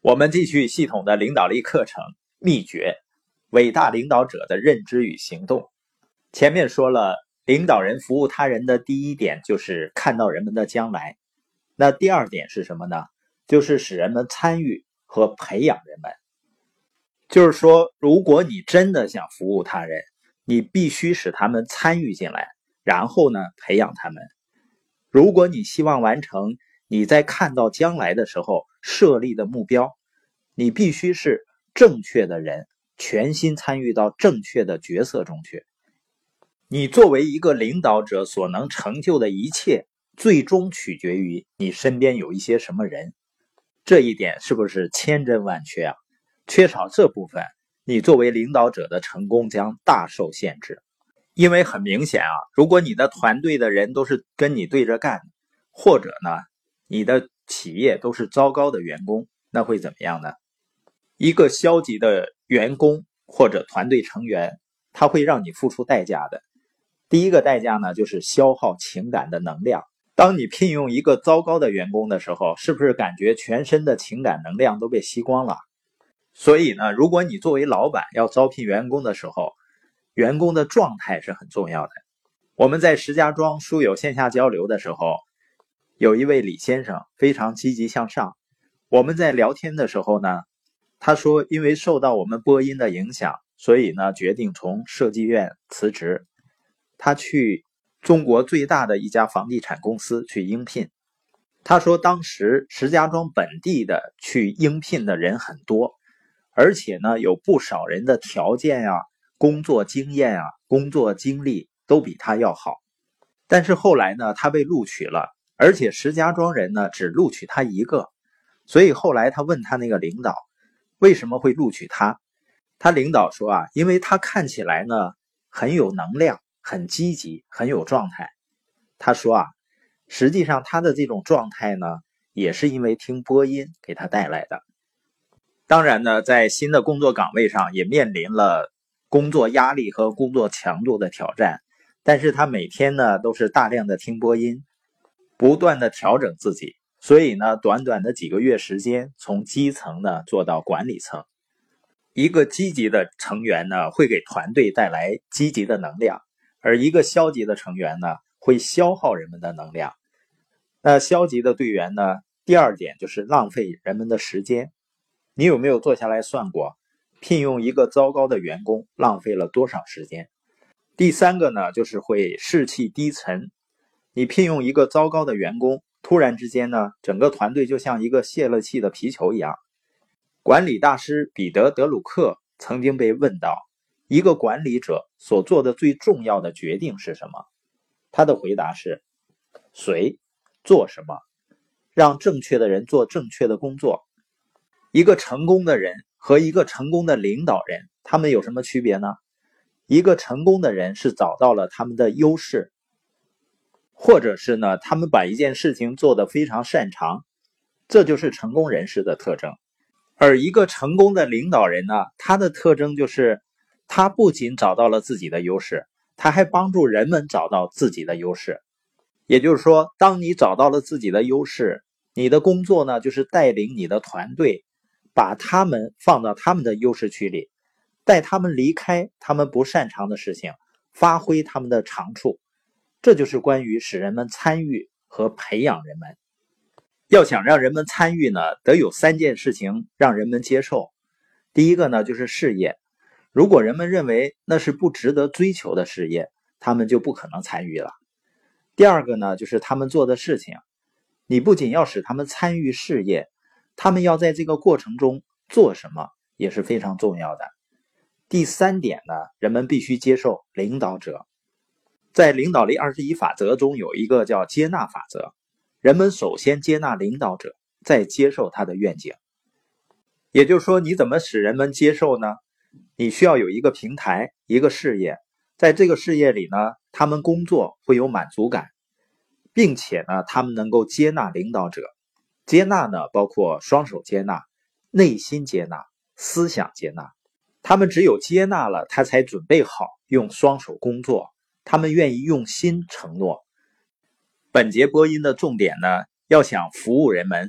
我们继续系统的领导力课程秘诀，伟大领导者的认知与行动。前面说了，领导人服务他人的第一点就是看到人们的将来。那第二点是什么呢？就是使人们参与和培养人们。就是说，如果你真的想服务他人，你必须使他们参与进来，然后呢，培养他们。如果你希望完成你在看到将来的时候设立的目标，你必须是正确的人，全心参与到正确的角色中去。你作为一个领导者所能成就的一切，最终取决于你身边有一些什么人。这一点是不是千真万确啊？缺少这部分，你作为领导者的成功将大受限制。因为很明显啊，如果你的团队的人都是跟你对着干，或者呢，你的企业都是糟糕的员工，那会怎么样呢？一个消极的员工或者团队成员，他会让你付出代价的。第一个代价呢，就是消耗情感的能量。当你聘用一个糟糕的员工的时候，是不是感觉全身的情感能量都被吸光了？所以呢，如果你作为老板要招聘员工的时候，员工的状态是很重要的。我们在石家庄书友线下交流的时候，有一位李先生非常积极向上。我们在聊天的时候呢，他说因为受到我们播音的影响，所以呢决定从设计院辞职，他去中国最大的一家房地产公司去应聘。他说当时石家庄本地的去应聘的人很多，而且呢有不少人的条件啊、工作经验啊、工作经历都比他要好。但是后来呢，他被录取了，而且石家庄人呢只录取他一个。所以后来他问他那个领导为什么会录取他，他领导说啊，因为他看起来呢很有能量，很积极，很有状态。他说啊，实际上他的这种状态呢也是因为听播音给他带来的。当然呢，在新的工作岗位上也面临了工作压力和工作强度的挑战，但是他每天呢都是大量的听播音，不断的调整自己，所以呢短短的几个月时间，从基层呢做到管理层。一个积极的成员呢会给团队带来积极的能量，而一个消极的成员呢会消耗人们的能量。那消极的队员呢，第二点就是浪费人们的时间。你有没有坐下来算过，聘用一个糟糕的员工浪费了多少时间？第三个呢，就是会士气低沉。你聘用一个糟糕的员工，突然之间呢，整个团队就像一个泄了气的皮球一样。管理大师彼得·德鲁克曾经被问到，一个管理者所做的最重要的决定是什么？他的回答是：谁做什么，让正确的人做正确的工作。一个成功的人和一个成功的领导人，他们有什么区别呢？一个成功的人是找到了他们的优势，或者是呢，他们把一件事情做得非常擅长，这就是成功人士的特征。而一个成功的领导人呢，他的特征就是他不仅找到了自己的优势，他还帮助人们找到自己的优势。也就是说，当你找到了自己的优势，你的工作呢，就是带领你的团队把他们放到他们的优势区里，带他们离开他们不擅长的事情，发挥他们的长处。这就是关于使人们参与和培养人们。要想让人们参与呢，得有3件事情让人们接受。第一个呢，就是事业。如果人们认为那是不值得追求的事业，他们就不可能参与了。第二个呢，就是他们做的事情。你不仅要使他们参与事业，他们要在这个过程中做什么也是非常重要的。第3点呢，人们必须接受领导者。在领导力21法则中有一个叫接纳法则，人们首先接纳领导者，再接受他的愿景。也就是说，你怎么使人们接受呢？你需要有一个平台，一个事业，在这个事业里呢，他们工作会有满足感，并且呢，他们能够接纳领导者。接纳呢，包括双手接纳、内心接纳、思想接纳。他们只有接纳了，他才准备好用双手工作，他们愿意用心承诺。本节播音的重点呢，要想服务人们，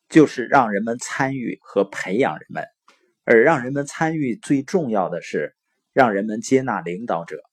就是让人们参与和培养人们，而让人们参与最重要的是让人们接纳领导者。